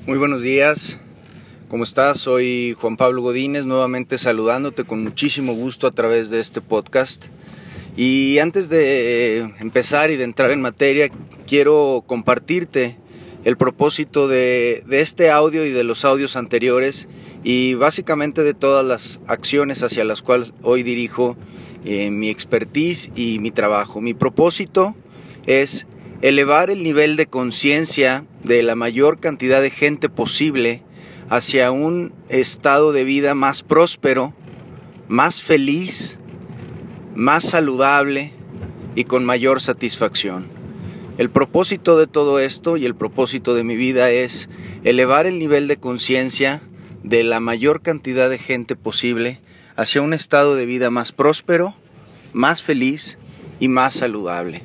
Muy buenos días, ¿cómo estás? Soy Juan Pablo Godínez, nuevamente saludándote con muchísimo gusto a través de este podcast. Y antes de empezar y de entrar en materia, quiero compartirte el propósito de este audio y de los audios anteriores y básicamente de todas las acciones hacia las cuales hoy dirijo mi expertise y mi trabajo. Mi propósito es elevar el nivel de conciencia de la mayor cantidad de gente posible hacia un estado de vida más próspero, más feliz, más saludable y con mayor satisfacción. El propósito de todo esto y el propósito de mi vida es elevar el nivel de conciencia de la mayor cantidad de gente posible hacia un estado de vida más próspero, más feliz y más saludable.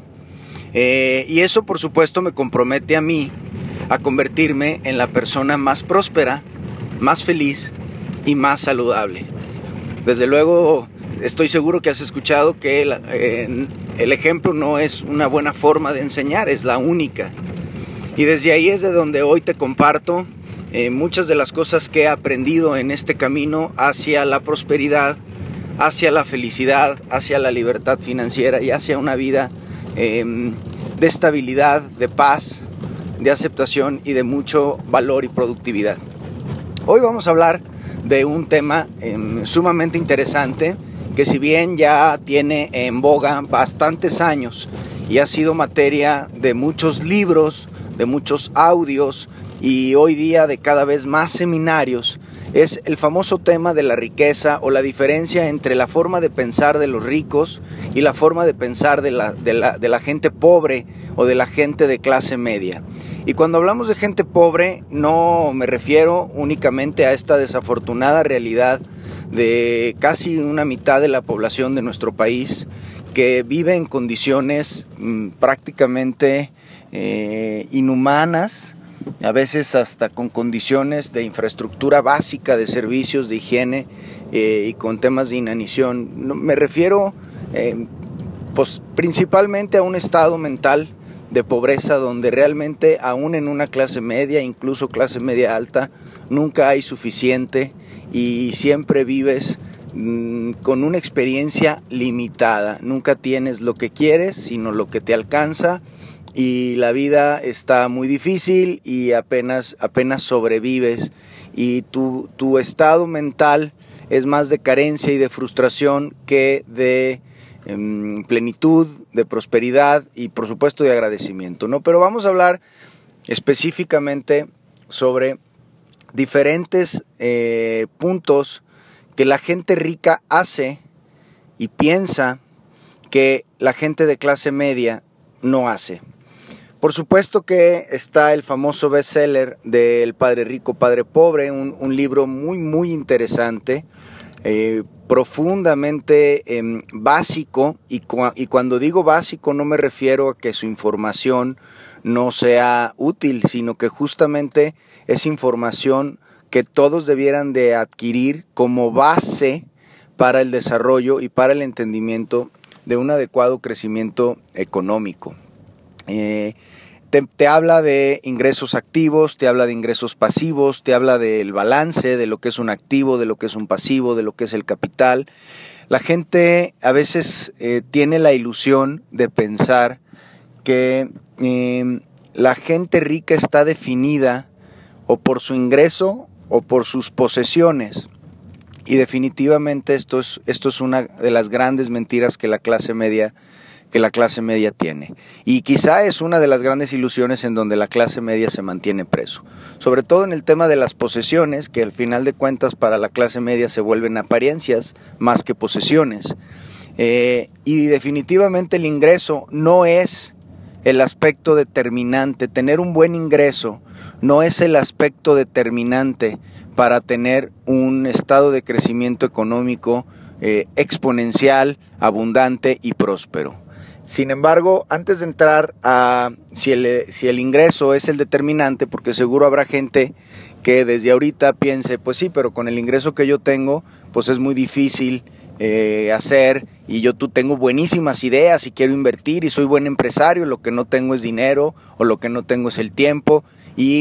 Y eso, por supuesto, me compromete a mí a convertirme en la persona más próspera, más feliz y más saludable. Desde luego, estoy seguro que has escuchado que el ejemplo no es una buena forma de enseñar, es la única. Y desde ahí es de donde hoy te comparto muchas de las cosas que he aprendido en este camino hacia la prosperidad, hacia la felicidad, hacia la libertad financiera y hacia una vida de estabilidad, de paz, de aceptación y de mucho valor y productividad. Hoy vamos a hablar de un tema sumamente interesante que, si bien ya tiene en boga bastantes años y ha sido materia de muchos libros, de muchos audios y hoy día de cada vez más seminarios, es el famoso tema de la riqueza o la diferencia entre la forma de pensar de los ricos y la forma de pensar de la gente pobre o de la gente de clase media. Y cuando hablamos de gente pobre, no me refiero únicamente a esta desafortunada realidad de casi una mitad de la población de nuestro país que vive en condiciones prácticamente inhumanas, a veces hasta con condiciones de infraestructura básica, de servicios, de higiene y con temas de inanición. Me refiero pues principalmente a un estado mental de pobreza donde realmente aún en una clase media, incluso clase media alta, nunca hay suficiente y siempre vives con una experiencia limitada. Nunca tienes lo que quieres, sino lo que te alcanza. Y la vida está muy difícil y apenas sobrevives. Y tu estado mental es más de carencia y de frustración que de plenitud, de prosperidad y por supuesto de agradecimiento, ¿no? Pero vamos a hablar específicamente sobre diferentes puntos que la gente rica hace y piensa que la gente de clase media no hace. Por supuesto que está el famoso bestseller del Padre Rico, Padre Pobre, un libro muy interesante, profundamente básico, y cuando digo básico no me refiero a que su información no sea útil, sino que justamente es información que todos debieran de adquirir como base para el desarrollo y para el entendimiento de un adecuado crecimiento económico. Te habla de ingresos activos, te habla de ingresos pasivos, te habla del balance, de lo que es un activo, de lo que es un pasivo, de lo que es el capital. La gente a veces tiene la ilusión de pensar que la gente rica está definida o por su ingreso o por sus posesiones. Y definitivamente esto es una de las grandes mentiras que la clase media tiene. Y quizá es una de las grandes ilusiones en donde la clase media se mantiene preso. Sobre todo en el tema de las posesiones, que al final de cuentas para la clase media se vuelven apariencias más que posesiones. Y definitivamente el ingreso no es el aspecto determinante. Tener un buen ingreso no es el aspecto determinante para tener un estado de crecimiento económico exponencial, abundante y próspero. Sin embargo, antes de entrar a si el ingreso es el determinante, porque seguro habrá gente que desde ahorita piense, pues sí, pero con el ingreso que yo tengo, pues es muy difícil hacer, y tú tengo buenísimas ideas y quiero invertir y soy buen empresario, lo que no tengo es dinero o lo que no tengo es el tiempo, y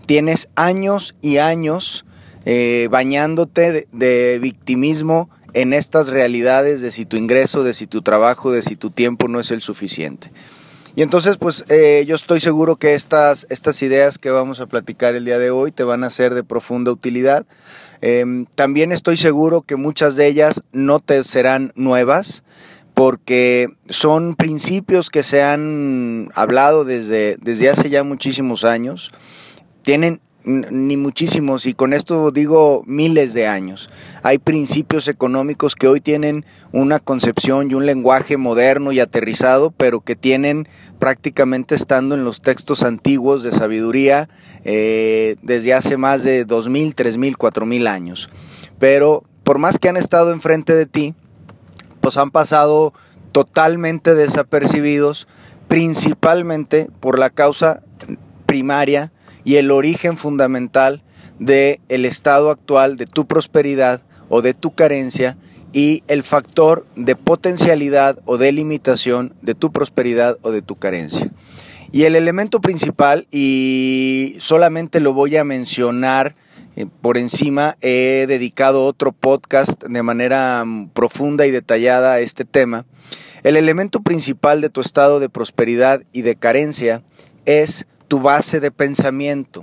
tienes años y años bañándote de victimismo en estas realidades de si tu ingreso, de si tu trabajo, de si tu tiempo no es el suficiente. Y entonces pues yo estoy seguro que estas ideas que vamos a platicar el día de hoy te van a ser de profunda utilidad. También estoy seguro que muchas de ellas no te serán nuevas, porque son principios que se han hablado desde hace ya muchísimos años. Tienen ni muchísimos, y con esto digo miles de años. Hay principios económicos que hoy tienen una concepción y un lenguaje moderno y aterrizado, pero que tienen prácticamente estando en los textos antiguos de sabiduría desde hace más de 2000, 3000, 4000 años. Pero por más que han estado enfrente de ti, pues han pasado totalmente desapercibidos, principalmente por la causa primaria y el origen fundamental del estado actual de tu prosperidad o de tu carencia, y el factor de potencialidad o de limitación de tu prosperidad o de tu carencia. Y el elemento principal, y solamente lo voy a mencionar por encima, he dedicado otro podcast de manera profunda y detallada a este tema. El elemento principal de tu estado de prosperidad y de carencia es tu base de pensamiento.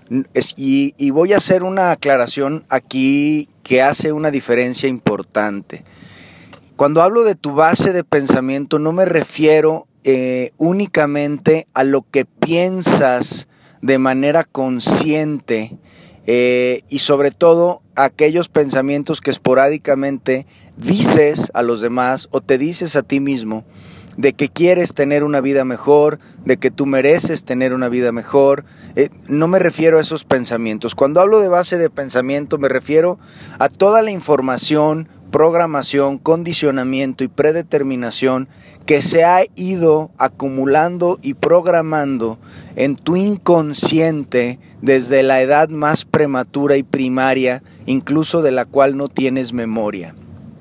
Y voy a hacer una aclaración aquí que hace una diferencia importante. Cuando hablo de tu base de pensamiento, no me refiero únicamente a lo que piensas de manera consciente, y sobre todo aquellos pensamientos que esporádicamente dices a los demás o te dices a ti mismo, de que quieres tener una vida mejor, de que tú mereces tener una vida mejor. No me refiero a esos pensamientos. Cuando hablo de base de pensamiento me refiero a toda la información, programación, condicionamiento y predeterminación que se ha ido acumulando y programando en tu inconsciente desde la edad más prematura y primaria, incluso de la cual no tienes memoria.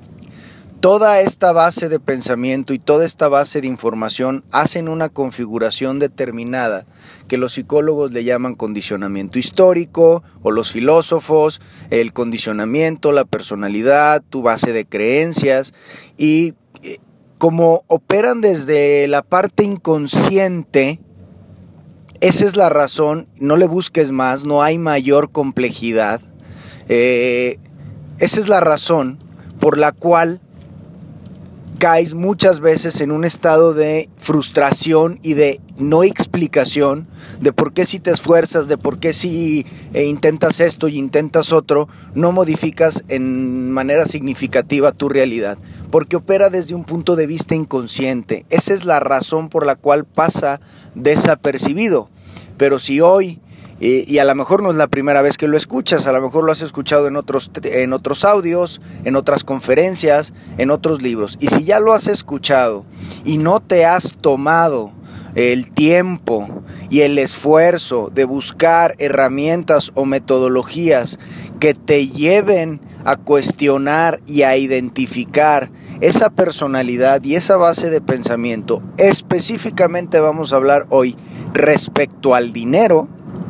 Toda esta base de pensamiento y toda esta base de información hacen una configuración determinada que los psicólogos le llaman condicionamiento histórico, o los filósofos, el condicionamiento, la personalidad, tu base de creencias. Y como operan desde la parte inconsciente, esa es la razón, no le busques más, no hay mayor complejidad. Esa es la razón por la cual caes muchas veces en un estado de frustración y de no explicación de por qué si te esfuerzas, de por qué si intentas esto y intentas otro, no modificas en manera significativa tu realidad, porque opera desde un punto de vista inconsciente. Esa es la razón por la cual pasa desapercibido. Pero si hoy, y a lo mejor no es la primera vez que lo escuchas, a lo mejor lo has escuchado en otros audios, en otras conferencias, en otros libros. Y si ya lo has escuchado y no te has tomado el tiempo y el esfuerzo de buscar herramientas o metodologías que te lleven a cuestionar y a identificar esa personalidad y esa base de pensamiento, específicamente vamos a hablar hoy respecto al dinero,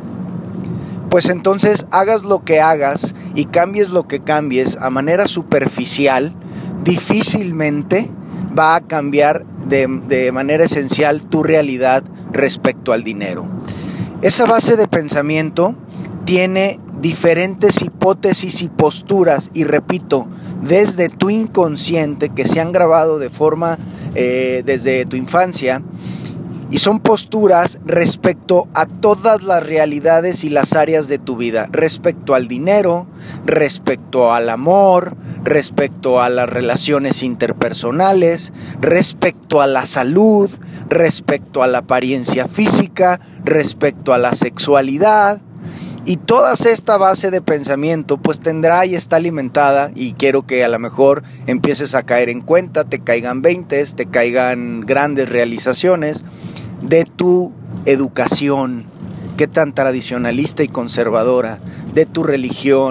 pues entonces hagas lo que hagas y cambies lo que cambies a manera superficial, difícilmente va a cambiar de manera esencial tu realidad respecto al dinero. Esa base de pensamiento tiene diferentes hipótesis y posturas, y repito, desde tu inconsciente, que se han grabado de forma desde tu infancia, y son posturas respecto a todas las realidades y las áreas de tu vida, respecto al dinero, respecto al amor, respecto a las relaciones interpersonales, respecto a la salud, respecto a la apariencia física, respecto a la sexualidad. Y toda esta base de pensamiento pues tendrá y está alimentada, y quiero que a lo mejor empieces a caer en cuenta, te caigan veintes, te caigan grandes realizaciones de tu educación, qué tan tradicionalista y conservadora, de tu religión,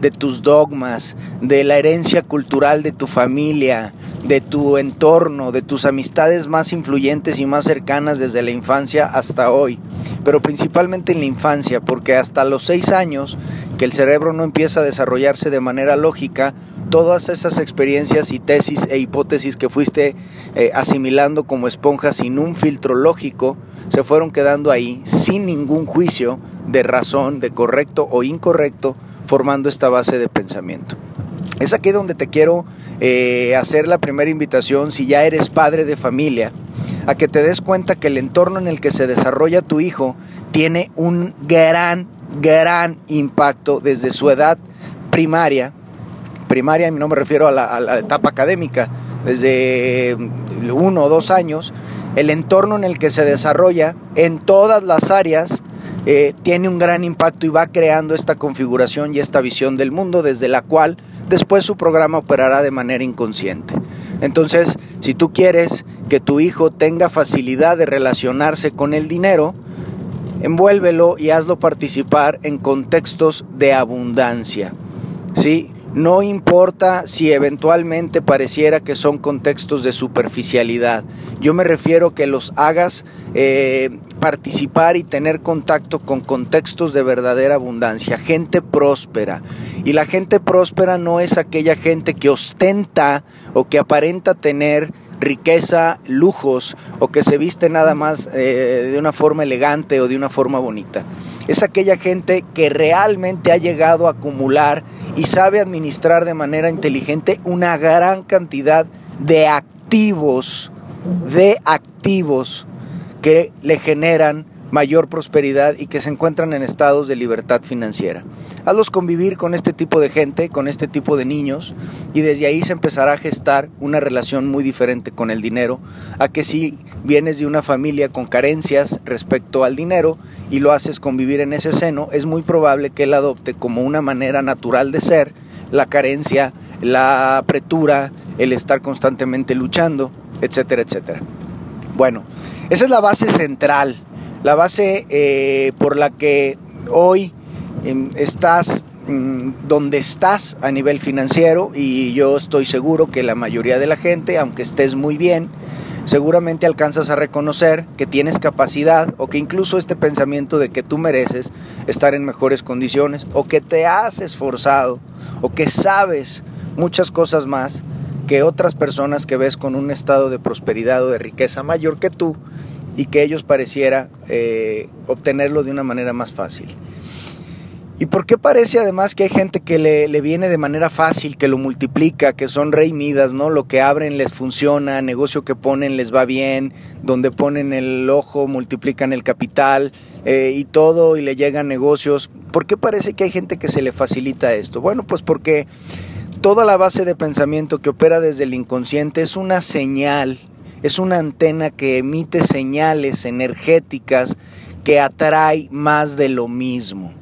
de tus dogmas, de la herencia cultural de tu familia, de tu entorno, de tus amistades más influyentes y más cercanas desde la infancia hasta hoy, pero principalmente en la infancia, porque hasta los 6 años que el cerebro no empieza a desarrollarse de manera lógica, todas esas experiencias y tesis e hipótesis que fuiste asimilando como esponja sin un filtro lógico, se fueron quedando ahí sin ningún juicio de razón, de correcto o incorrecto, formando esta base de pensamiento. Es aquí donde te quiero hacer la primera invitación, si ya eres padre de familia, a que te des cuenta que el entorno en el que se desarrolla tu hijo tiene un gran impacto desde su edad primaria, no me refiero a la etapa académica, desde 1 o 2 años, el entorno en el que se desarrolla en todas las áreas tiene un gran impacto y va creando esta configuración y esta visión del mundo desde la cual después su programa operará de manera inconsciente. Entonces, si tú quieres que tu hijo tenga facilidad de relacionarse con el dinero, envuélvelo y hazlo participar en contextos de abundancia, ¿sí? No importa si eventualmente pareciera que son contextos de superficialidad. Yo me refiero que los hagas participar y tener contacto con contextos de verdadera abundancia, gente próspera. Y la gente próspera no es aquella gente que ostenta o que aparenta tener riqueza, lujos, o que se viste nada más de una forma elegante o de una forma bonita. Es aquella gente que realmente ha llegado a acumular y sabe administrar de manera inteligente una gran cantidad de activos que le generan mayor prosperidad y que se encuentran en estados de libertad financiera. Hazlos convivir con este tipo de gente, con este tipo de niños, y desde ahí se empezará a gestar una relación muy diferente con el dinero, a que si vienes de una familia con carencias respecto al dinero y lo haces convivir en ese seno, es muy probable que él adopte como una manera natural de ser la carencia, la apretura, el estar constantemente luchando, etcétera, etcétera. Bueno, esa es la base central, la base por la que hoy estás donde estás a nivel financiero, y yo estoy seguro que la mayoría de la gente, aunque estés muy bien, seguramente alcanzas a reconocer que tienes capacidad, o que incluso este pensamiento de que tú mereces estar en mejores condiciones, o que te has esforzado, o que sabes muchas cosas más que otras personas que ves con un estado de prosperidad o de riqueza mayor que tú, y que ellos pareciera obtenerlo de una manera más fácil. ¿Y por qué parece además que hay gente que le viene de manera fácil, que lo multiplica, que son Rey Midas, ¿no? Lo que abren les funciona, negocio que ponen les va bien, donde ponen el ojo multiplican el capital y todo, y le llegan negocios? ¿Por qué parece que hay gente que se le facilita esto? Bueno, pues porque toda la base de pensamiento que opera desde el inconsciente es una señal, es una antena que emite señales energéticas que atrae más de lo mismo.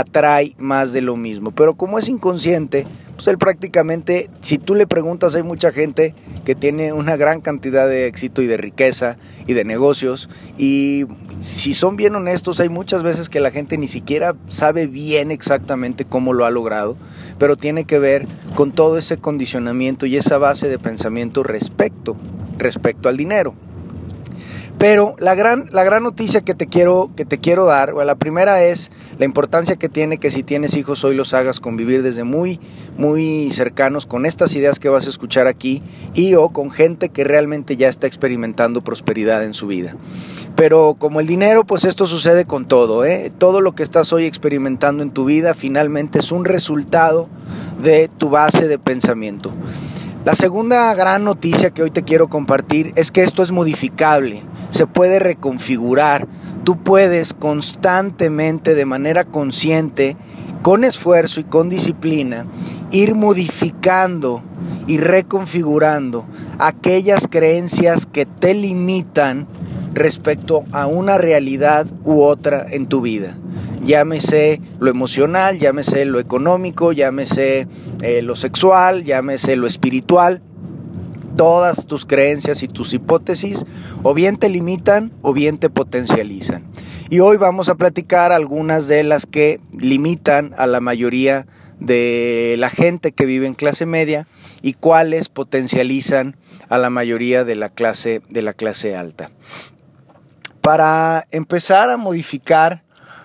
Pero como es inconsciente, pues él prácticamente, si tú le preguntas, hay mucha gente que tiene una gran cantidad de éxito y de riqueza y de negocios, y si son bien honestos, hay muchas veces que la gente ni siquiera sabe bien exactamente cómo lo ha logrado, pero tiene que ver con todo ese condicionamiento y esa base de pensamiento respecto al dinero. Pero la gran noticia que te quiero dar, la primera es la importancia que tiene que si tienes hijos hoy los hagas convivir desde muy, muy cercanos con estas ideas que vas a escuchar aquí, y o con gente que realmente ya está experimentando prosperidad en su vida. Pero como el dinero, pues esto sucede con todo, Todo lo que estás hoy experimentando en tu vida finalmente es un resultado de tu base de pensamiento. La segunda gran noticia que hoy te quiero compartir es que esto es modificable, se puede reconfigurar. Tú puedes constantemente, de manera consciente, con esfuerzo y con disciplina, ir modificando y reconfigurando aquellas creencias que te limitan respecto a una realidad u otra en tu vida. Llámese lo emocional, llámese lo económico, llámese lo sexual, llámese lo espiritual. Todas tus creencias y tus hipótesis o bien te limitan o bien te potencializan. Y hoy vamos a platicar algunas de las que limitan a la mayoría de la gente que vive en clase media y cuáles potencializan a la mayoría de la clase alta. Para empezar a modificar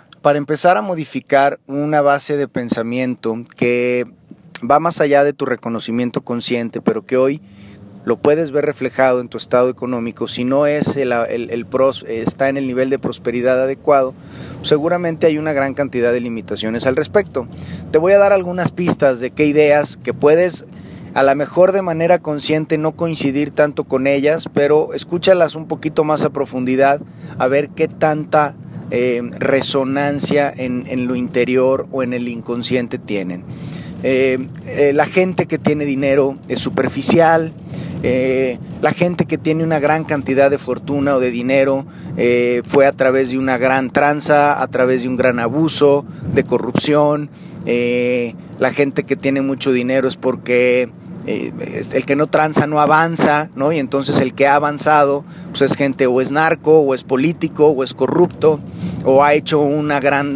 una base de pensamiento que va más allá de tu reconocimiento consciente, pero que hoy lo puedes ver reflejado en tu estado económico, si no es está en el nivel de prosperidad adecuado, seguramente hay una gran cantidad de limitaciones al respecto. Te voy a dar algunas pistas de qué ideas que puedes, a lo mejor de manera consciente, no coincidir tanto con ellas, pero escúchalas un poquito más a profundidad, a ver qué tanta resonancia en lo interior o en el inconsciente tienen. La gente que tiene dinero es superficial. La gente que tiene una gran cantidad de fortuna o de dinero fue a través de una gran tranza, a través de un gran abuso, de corrupción. La gente que tiene mucho dinero es porque el que no tranza no avanza, ¿no? Y entonces el que ha avanzado pues es gente o es narco, o es político, o es corrupto, o ha hecho un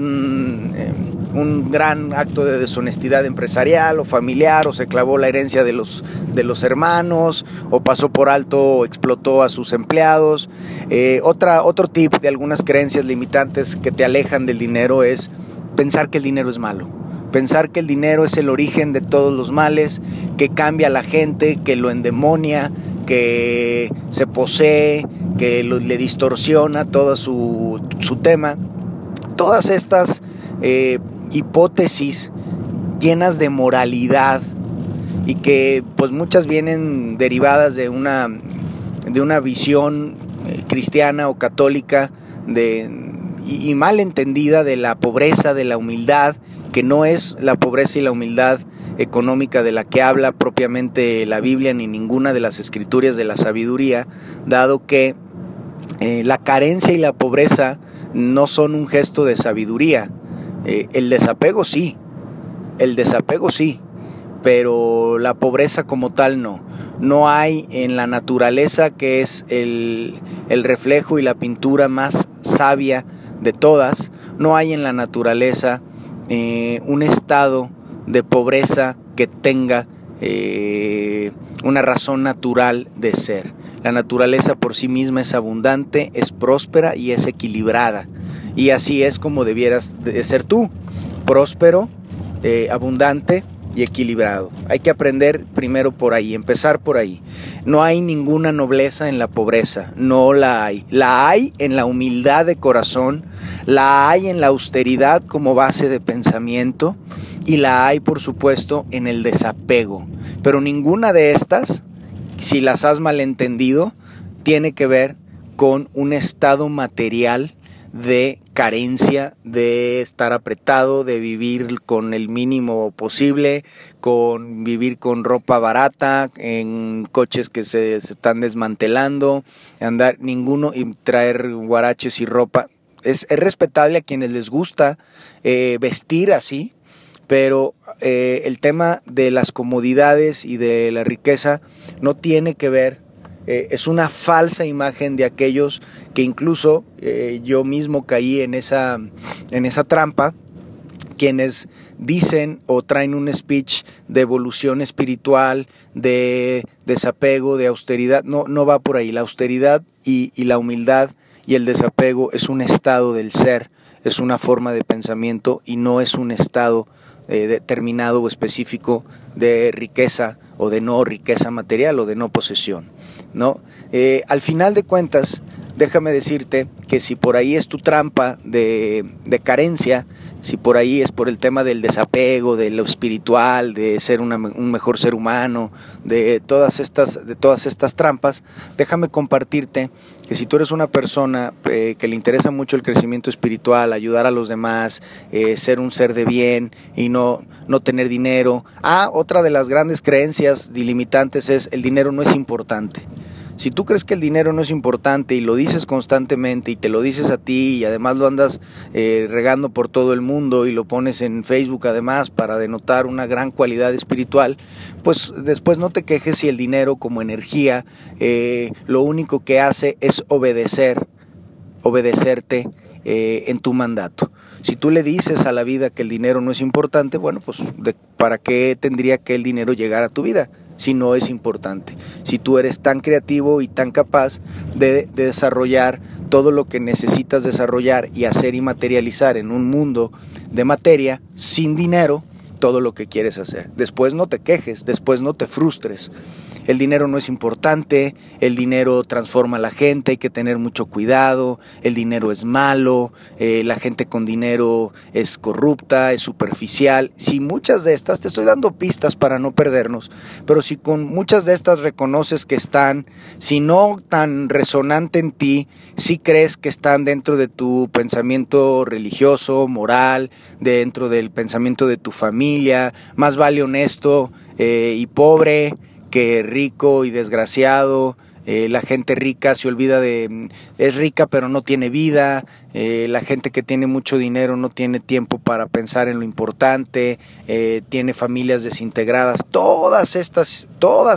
gran acto de deshonestidad empresarial o familiar, o se clavó la herencia de los hermanos, o pasó por alto o explotó a sus empleados. Otro tip de algunas creencias limitantes que te alejan del dinero es pensar que el dinero es malo. Pensar que el dinero es el origen de todos los males, que cambia a la gente, que lo endemonia, que se posee, que le distorsiona todo su tema. Todas estas hipótesis llenas de moralidad y que pues muchas vienen derivadas de una visión cristiana o católica y mal entendida de la pobreza, de la humildad, que no es la pobreza y la humildad económica de la que habla propiamente la Biblia ni ninguna de las escrituras de la sabiduría, dado que la carencia y la pobreza no son un gesto de sabiduría. El desapego sí, pero la pobreza como tal no. No hay en la naturaleza, que es el reflejo y la pintura más sabia de todas, no hay en la naturaleza un estado de pobreza que tenga una razón natural de ser. La naturaleza por sí misma es abundante, es próspera y es equilibrada. Y así es como debieras de ser tú, próspero, abundante y equilibrado. Hay que aprender primero por ahí, empezar por ahí. No hay ninguna nobleza en la pobreza, no la hay. La hay en la humildad de corazón, la hay en la austeridad como base de pensamiento y la hay, por supuesto, en el desapego. Pero ninguna de estas, si las has malentendido, tiene que ver con un estado material de carencia, de estar apretado, de vivir con el mínimo posible, con vivir con ropa barata, en coches que se están desmantelando, andar ninguno y traer guaraches y ropa. Es respetable a quienes les gusta vestir así, pero el tema de las comodidades y de la riqueza no tiene que ver. Es una falsa imagen de aquellos que incluso yo mismo caí en esa trampa, quienes dicen o traen un speech de evolución espiritual, de desapego, de austeridad. No va por ahí. La austeridad y la humildad y el desapego es un estado del ser, es una forma de pensamiento y no es un estado determinado o específico de riqueza o de no riqueza material o de no posesión, ¿no? Al final de cuentas, déjame decirte que si por ahí es tu trampa de carencia, si por ahí es por el tema del desapego, de lo espiritual, de ser un mejor ser humano, de todas estas trampas, déjame compartirte que si tú eres una persona que le interesa mucho el crecimiento espiritual, ayudar a los demás, ser un ser de bien y no tener dinero. Otra de las grandes creencias delimitantes es el dinero no es importante. Si tú crees que el dinero no es importante y lo dices constantemente y te lo dices a ti y además lo andas regando por todo el mundo y lo pones en Facebook además para denotar una gran cualidad espiritual, pues después no te quejes si el dinero como energía lo único que hace es obedecerte en tu mandato. Si tú le dices a la vida que el dinero no es importante, bueno, pues ¿para qué tendría que el dinero llegar a tu vida si no es importante? Si tú eres tan creativo y tan capaz de desarrollar todo lo que necesitas desarrollar y hacer y materializar en un mundo de materia sin dinero, todo lo que quieres hacer. Después no te quejes, después no te frustres. El dinero no es importante, el dinero transforma a la gente, hay que tener mucho cuidado, el dinero es malo, la gente con dinero es corrupta, es superficial. Si muchas de estas, te estoy dando pistas para no perdernos, pero si con muchas de estas reconoces que están, si no tan resonante en ti, si crees que están dentro de tu pensamiento religioso, moral, dentro del pensamiento de tu familia, más vale honesto y pobre que rico y desgraciado. La gente rica se olvida es rica pero no tiene vida. La gente que tiene mucho dinero no tiene tiempo para pensar en lo importante, tiene familias desintegradas. Todas estas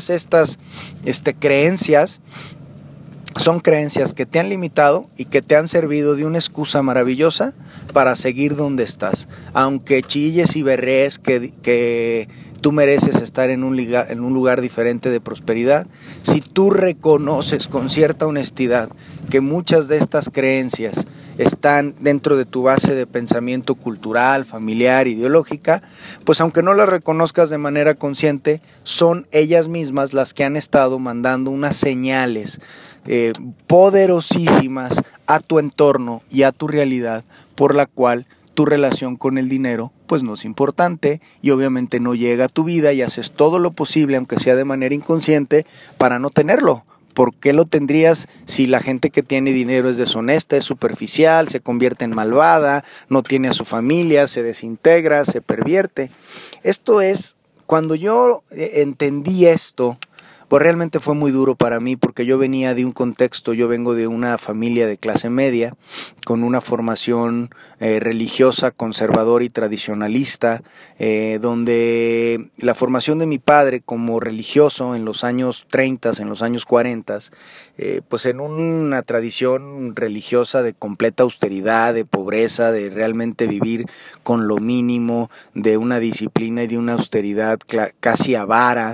creencias son creencias que te han limitado y que te han servido de una excusa maravillosa para seguir donde estás. Aunque chilles y berrees que tú mereces estar en un lugar diferente de prosperidad, si tú reconoces con cierta honestidad que muchas de estas creencias están dentro de tu base de pensamiento cultural, familiar, ideológica, pues aunque no las reconozcas de manera consciente, son ellas mismas las que han estado mandando unas señales poderosísimas a tu entorno y a tu realidad, por la cual tu relación con el dinero pues no es importante y obviamente no llega a tu vida, y haces todo lo posible, aunque sea de manera inconsciente, para no tenerlo. ¿Por qué lo tendrías si la gente que tiene dinero es deshonesta, es superficial, se convierte en malvada, no tiene a su familia, se desintegra, se pervierte? Esto es, cuando yo entendí esto, pues realmente fue muy duro para mí, porque yo venía de un contexto, yo vengo de una familia de clase media, con una formación religiosa, conservadora y tradicionalista, donde la formación de mi padre como religioso en los años 30, en los años 40, pues en una tradición religiosa de completa austeridad, de pobreza, de realmente vivir con lo mínimo, de una disciplina y de una austeridad casi avara,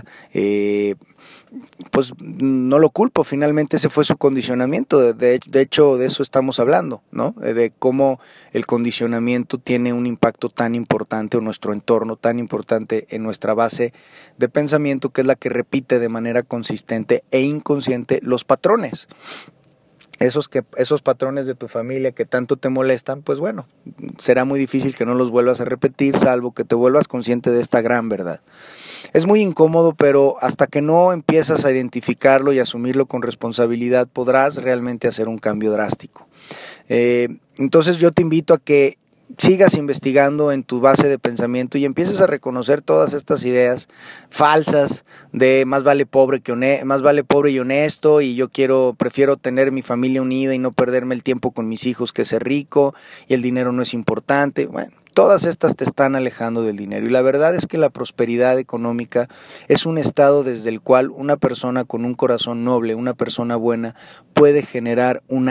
pues no lo culpo, finalmente ese fue su condicionamiento. De hecho, de eso estamos hablando, ¿no? De cómo el condicionamiento tiene un impacto tan importante, o nuestro entorno tan importante en nuestra base de pensamiento, que es la que repite de manera consistente e inconsciente los patrones. Esos patrones de tu familia que tanto te molestan, pues bueno, será muy difícil que no los vuelvas a repetir, salvo que te vuelvas consciente de esta gran verdad. Es muy incómodo, pero hasta que no empiezas a identificarlo y asumirlo con responsabilidad, podrás realmente hacer un cambio drástico. Entonces yo te invito a que sigas investigando en tu base de pensamiento y empieces a reconocer todas estas ideas falsas de más vale pobre y honesto, y prefiero tener mi familia unida y no perderme el tiempo con mis hijos que ser rico, y el dinero no es importante. Bueno, todas estas te están alejando del dinero, y la verdad es que la prosperidad económica es un estado desde el cual una persona con un corazón noble, una persona buena, puede generar un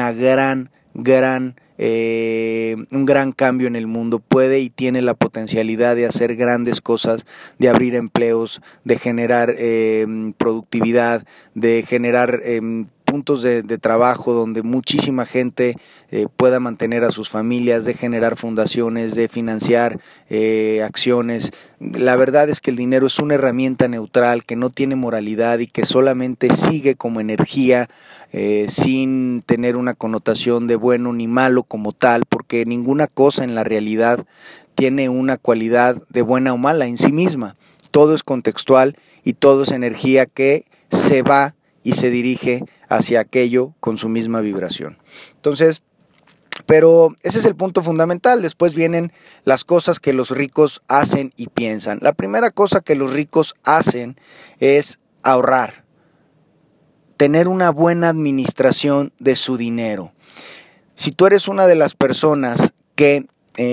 gran cambio en el mundo. Puede y tiene la potencialidad de hacer grandes cosas, de abrir empleos, de generar productividad, de generar puntos de trabajo donde muchísima gente pueda mantener a sus familias, de generar fundaciones, de financiar acciones. La verdad es que el dinero es una herramienta neutral que no tiene moralidad y que solamente sigue como energía, sin tener una connotación de bueno ni malo como tal, porque ninguna cosa en la realidad tiene una cualidad de buena o mala en sí misma. Todo es contextual y todo es energía que se va y se dirige hacia aquello con su misma vibración. Entonces, pero ese es el punto fundamental. Después vienen las cosas que los ricos hacen y piensan. La primera cosa que los ricos hacen es ahorrar, tener una buena administración de su dinero. Si tú eres una de las personas que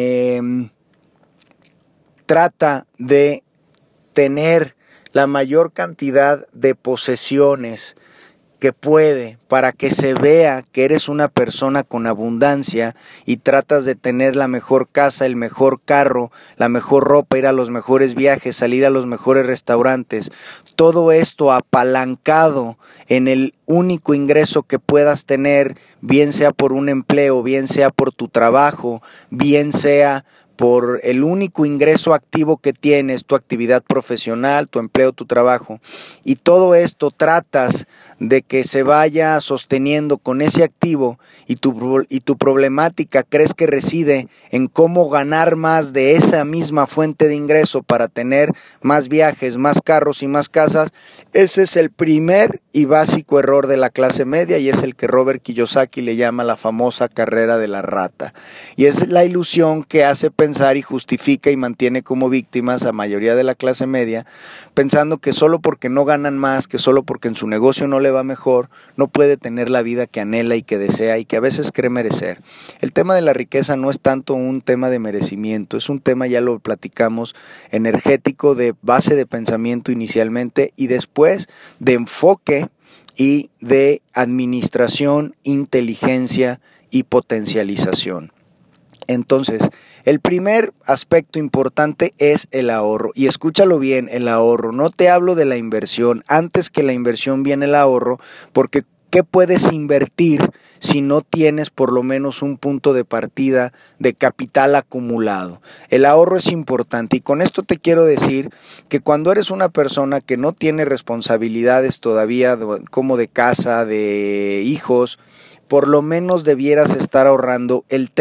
trata de tener la mayor cantidad de posesiones que puede, para que se vea que eres una persona con abundancia y tratas de tener la mejor casa, el mejor carro, la mejor ropa, ir a los mejores viajes, salir a los mejores restaurantes, todo esto apalancado en el único ingreso que puedas tener, bien sea por un empleo, bien sea por tu trabajo, bien sea por el único ingreso activo que tienes, tu actividad profesional, tu empleo, tu trabajo. Y todo esto tratas de que se vaya sosteniendo con ese activo y tu problemática crees que reside en cómo ganar más de esa misma fuente de ingreso para tener más viajes, más carros y más casas. Ese es el primer y básico error de la clase media y es el que Robert Kiyosaki le llama la famosa carrera de la rata. Y es la ilusión que hace pensar y justifica y mantiene como víctimas a mayoría de la clase media, pensando que solo porque no ganan más, que solo porque en su negocio no le va mejor, no puede tener la vida que anhela y que desea y que a veces cree merecer. El tema de la riqueza no es tanto un tema de merecimiento, es un tema, ya lo platicamos, energético, de base de pensamiento inicialmente y después de enfoque y de administración, inteligencia y potencialización. Entonces, el primer aspecto importante es el ahorro. Y escúchalo bien, el ahorro. No te hablo de la inversión. Antes que la inversión viene el ahorro, porque ¿qué puedes invertir si no tienes por lo menos un punto de partida de capital acumulado? El ahorro es importante y con esto te quiero decir que cuando eres una persona que no tiene responsabilidades todavía como de casa, de hijos, por lo menos debieras estar ahorrando el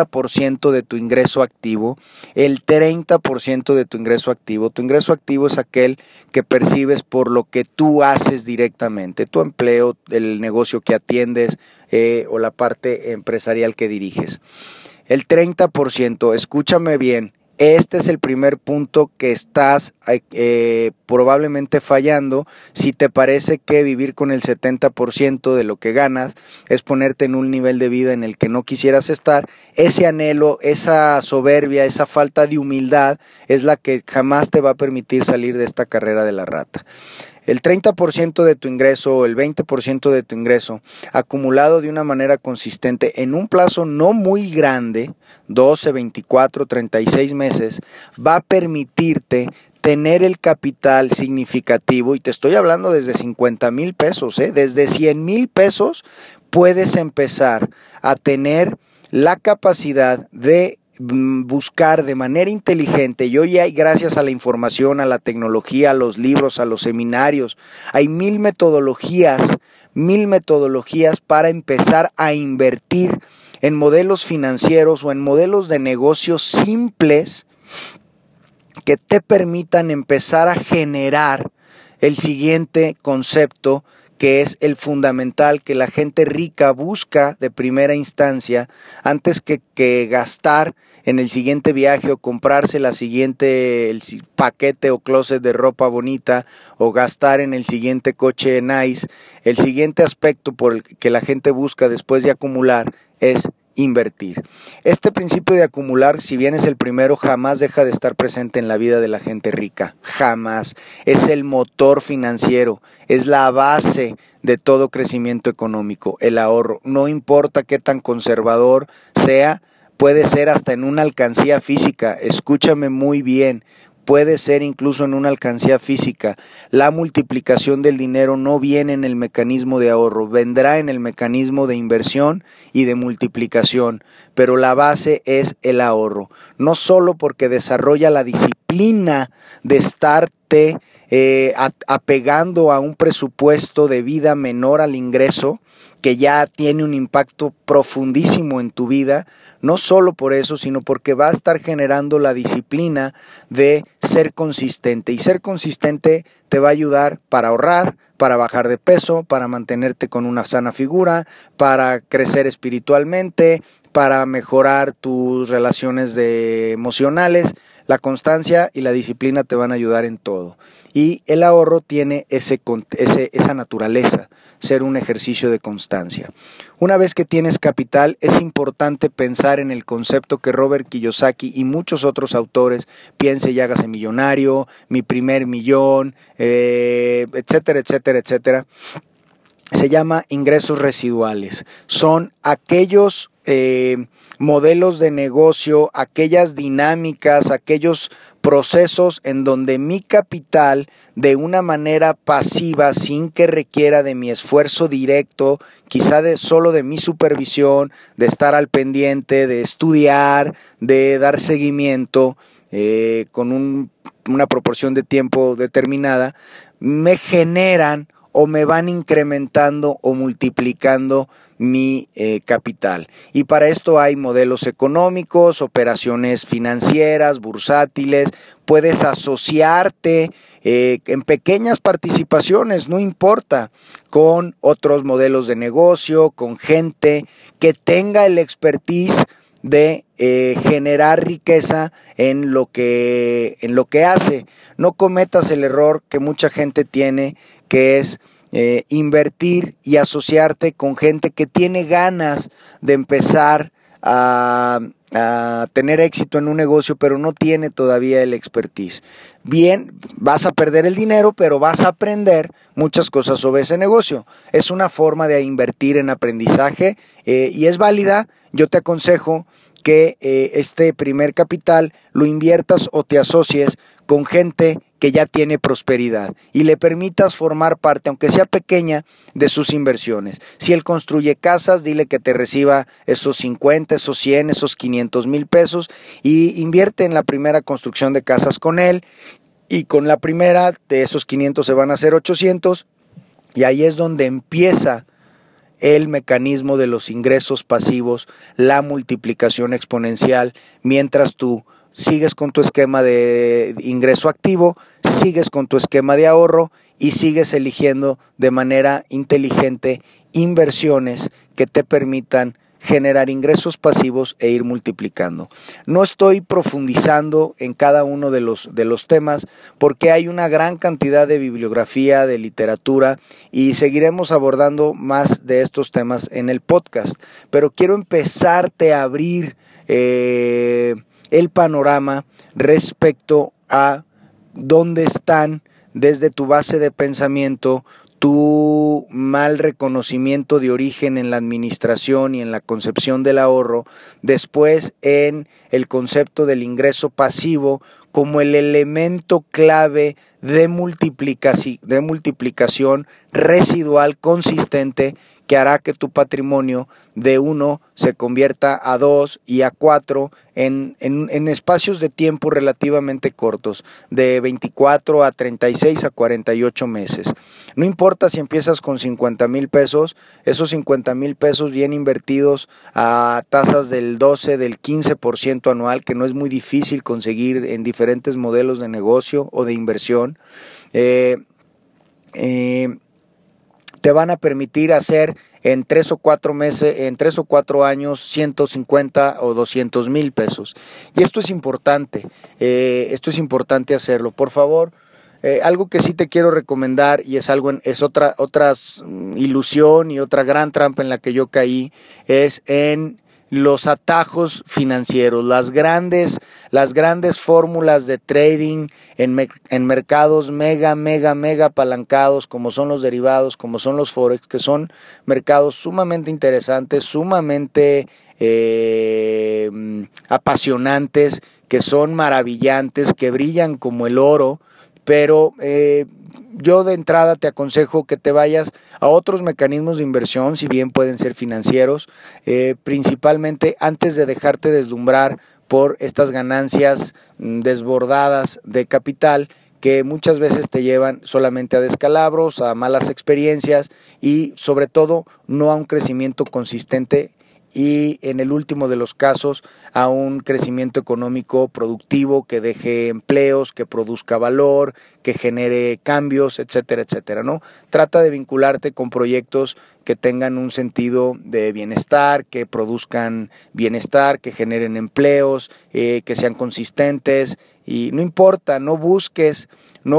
30% de tu ingreso activo, el 30% de tu ingreso activo. Tu ingreso activo es aquel que percibes por lo que tú haces directamente, tu empleo, el negocio que atiendes o la parte empresarial que diriges. El 30%, escúchame bien. Este es el primer punto que estás probablemente fallando si te parece que vivir con el 70% de lo que ganas es ponerte en un nivel de vida en el que no quisieras estar. Ese anhelo, esa soberbia, esa falta de humildad es la que jamás te va a permitir salir de esta carrera de la rata. El 30% de tu ingreso o el 20% de tu ingreso acumulado de una manera consistente en un plazo no muy grande, 12, 24, 36 meses, va a permitirte tener el capital significativo, y te estoy hablando desde 50,000 pesos, desde 100,000 pesos puedes empezar a tener la capacidad de buscar de manera inteligente. Y hoy hay, gracias a la información, a la tecnología, a los libros, a los seminarios, hay mil metodologías para empezar a invertir en modelos financieros o en modelos de negocios simples que te permitan empezar a generar el siguiente concepto, que es el fundamental que la gente rica busca de primera instancia antes que gastar en el siguiente viaje o comprarse el paquete o closet de ropa bonita o gastar en el siguiente coche nice. El siguiente aspecto por el que la gente busca después de acumular es invertir. Este principio de acumular, si bien es el primero, jamás deja de estar presente en la vida de la gente rica. Jamás. Es el motor financiero, es la base de todo crecimiento económico, el ahorro. No importa qué tan conservador sea, puede ser hasta en una alcancía física. Escúchame muy bien. Puede ser incluso en una alcancía física. La multiplicación del dinero no viene en el mecanismo de ahorro, vendrá en el mecanismo de inversión y de multiplicación, pero la base es el ahorro. No solo porque desarrolla la disciplina de estarte apegando a un presupuesto de vida menor al ingreso, que ya tiene un impacto profundísimo en tu vida, no solo por eso, sino porque va a estar generando la disciplina de ser consistente. Y ser consistente te va a ayudar para ahorrar, para bajar de peso, para mantenerte con una sana figura, para crecer espiritualmente, para mejorar tus relaciones emocionales. La constancia y la disciplina te van a ayudar en todo. Y el ahorro tiene esa naturaleza, ser un ejercicio de constancia. Una vez que tienes capital, es importante pensar en el concepto que Robert Kiyosaki y muchos otros autores, Piense y hágase millonario, Mi primer millón, etcétera, etcétera, etcétera. se llama ingresos residuales. Son aquellos modelos de negocio, aquellas dinámicas, aquellos procesos en donde mi capital, de una manera pasiva, sin que requiera de mi esfuerzo directo, quizá solo de mi supervisión, de estar al pendiente, de estudiar, de dar seguimiento con una proporción de tiempo determinada, me generan o me van incrementando o multiplicando mi capital. Y para esto hay modelos económicos, operaciones financieras, bursátiles. Puedes asociarte en pequeñas participaciones, no importa, con otros modelos de negocio, con gente que tenga el expertise de generar riqueza en lo que hace. No cometas el error que mucha gente tiene, que es invertir y asociarte con gente que tiene ganas de empezar a tener éxito en un negocio, pero no tiene todavía el expertise. Bien, vas a perder el dinero, pero vas a aprender muchas cosas sobre ese negocio. Es una forma de invertir en aprendizaje y es válida. Yo te aconsejo que este primer capital lo inviertas o te asocies con gente que ya tiene prosperidad y le permitas formar parte, aunque sea pequeña, de sus inversiones. Si él construye casas, dile que te reciba esos 50, esos 100, esos 500,000 pesos y invierte en la primera construcción de casas con él, y con la primera de esos 500 se van a hacer 800, y ahí es donde empieza el mecanismo de los ingresos pasivos, la multiplicación exponencial, mientras tú sigues con tu esquema de ingreso activo, sigues con tu esquema de ahorro y sigues eligiendo de manera inteligente inversiones que te permitan generar ingresos pasivos e ir multiplicando. No estoy profundizando en cada uno de los temas porque hay una gran cantidad de bibliografía, de literatura, y seguiremos abordando más de estos temas en el podcast. Pero quiero empezarte a abrir el panorama respecto a dónde están, desde tu base de pensamiento, tu mal reconocimiento de origen en la administración y en la concepción del ahorro, después en el concepto del ingreso pasivo como el elemento clave de multiplicación residual consistente que hará que tu patrimonio de 1 se convierta a 2 y a 4 en espacios de tiempo relativamente cortos, de 24 a 36 a 48 meses. No importa si empiezas con 50,000 pesos, esos 50,000 pesos bien invertidos a tasas del 12, del 15% anual, que no es muy difícil conseguir en diferentes modelos de negocio o de inversión, te van a permitir hacer en 3 o 4 meses, en 3 o 4 años, 150 o 200,000 pesos. Y esto es importante hacerlo. Por favor, algo que sí te quiero recomendar, y es otra ilusión y otra gran trampa en la que yo caí, es en los atajos financieros, las grandes fórmulas de trading en mercados mega apalancados, como son los derivados, como son los forex, que son mercados sumamente interesantes, sumamente apasionantes, que son maravillantes, que brillan como el oro, pero yo de entrada te aconsejo que te vayas a otros mecanismos de inversión, si bien pueden ser financieros, principalmente antes de dejarte deslumbrar por estas ganancias desbordadas de capital que muchas veces te llevan solamente a descalabros, a malas experiencias y sobre todo no a un crecimiento consistente, y en el último de los casos a un crecimiento económico productivo que deje empleos, que produzca valor, que genere cambios, etcétera, etcétera, ¿no? Trata de vincularte con proyectos que tengan un sentido de bienestar, que produzcan bienestar, que generen empleos, que sean consistentes, y no importa, no busques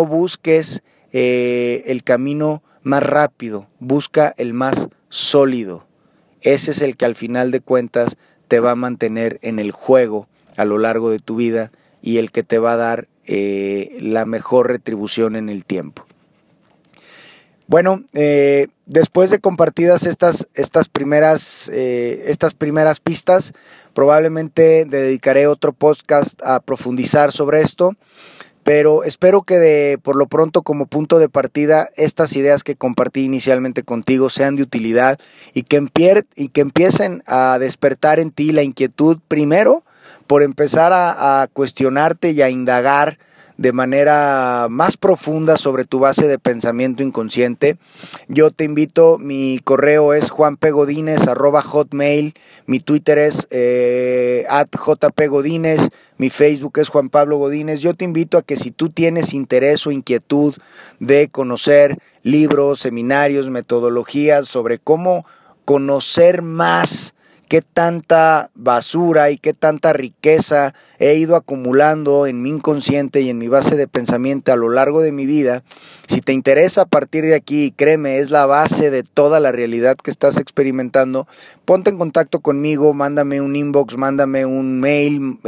el camino más rápido, busca el más sólido. Ese es el que al final de cuentas te va a mantener en el juego a lo largo de tu vida y el que te va a dar la mejor retribución en el tiempo. Bueno, después de compartidas estas primeras pistas, probablemente dedicaré otro podcast a profundizar sobre esto, pero espero que por lo pronto, como punto de partida, estas ideas que compartí inicialmente contigo sean de utilidad y que empiecen a despertar en ti la inquietud, primero por empezar a cuestionarte y a indagar de manera más profunda sobre tu base de pensamiento inconsciente. Yo te invito, mi correo es juanpgodinez@hotmail, mi Twitter es @jpgodinez, mi Facebook es Juan Pablo Godínez. Yo te invito a que si tú tienes interés o inquietud de conocer libros, seminarios, metodologías sobre cómo conocer más qué tanta basura y qué tanta riqueza he ido acumulando en mi inconsciente y en mi base de pensamiento a lo largo de mi vida. Si te interesa a partir de aquí, créeme, es la base de toda la realidad que estás experimentando, ponte en contacto conmigo, mándame un inbox, mándame un mail,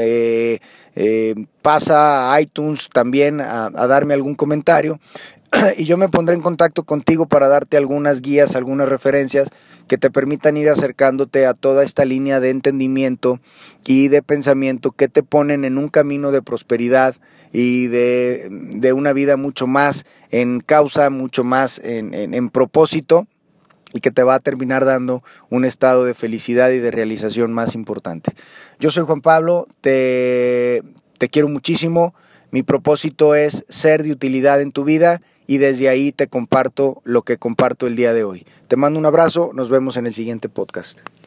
pasa a iTunes también a darme algún comentario. Y yo me pondré en contacto contigo para darte algunas guías, algunas referencias que te permitan ir acercándote a toda esta línea de entendimiento y de pensamiento que te ponen en un camino de prosperidad y de una vida mucho más en causa, mucho más en propósito, y que te va a terminar dando un estado de felicidad y de realización más importante. Yo soy Juan Pablo, te quiero muchísimo. Mi propósito es ser de utilidad en tu vida y desde ahí te comparto lo que comparto el día de hoy. Te mando un abrazo, nos vemos en el siguiente podcast.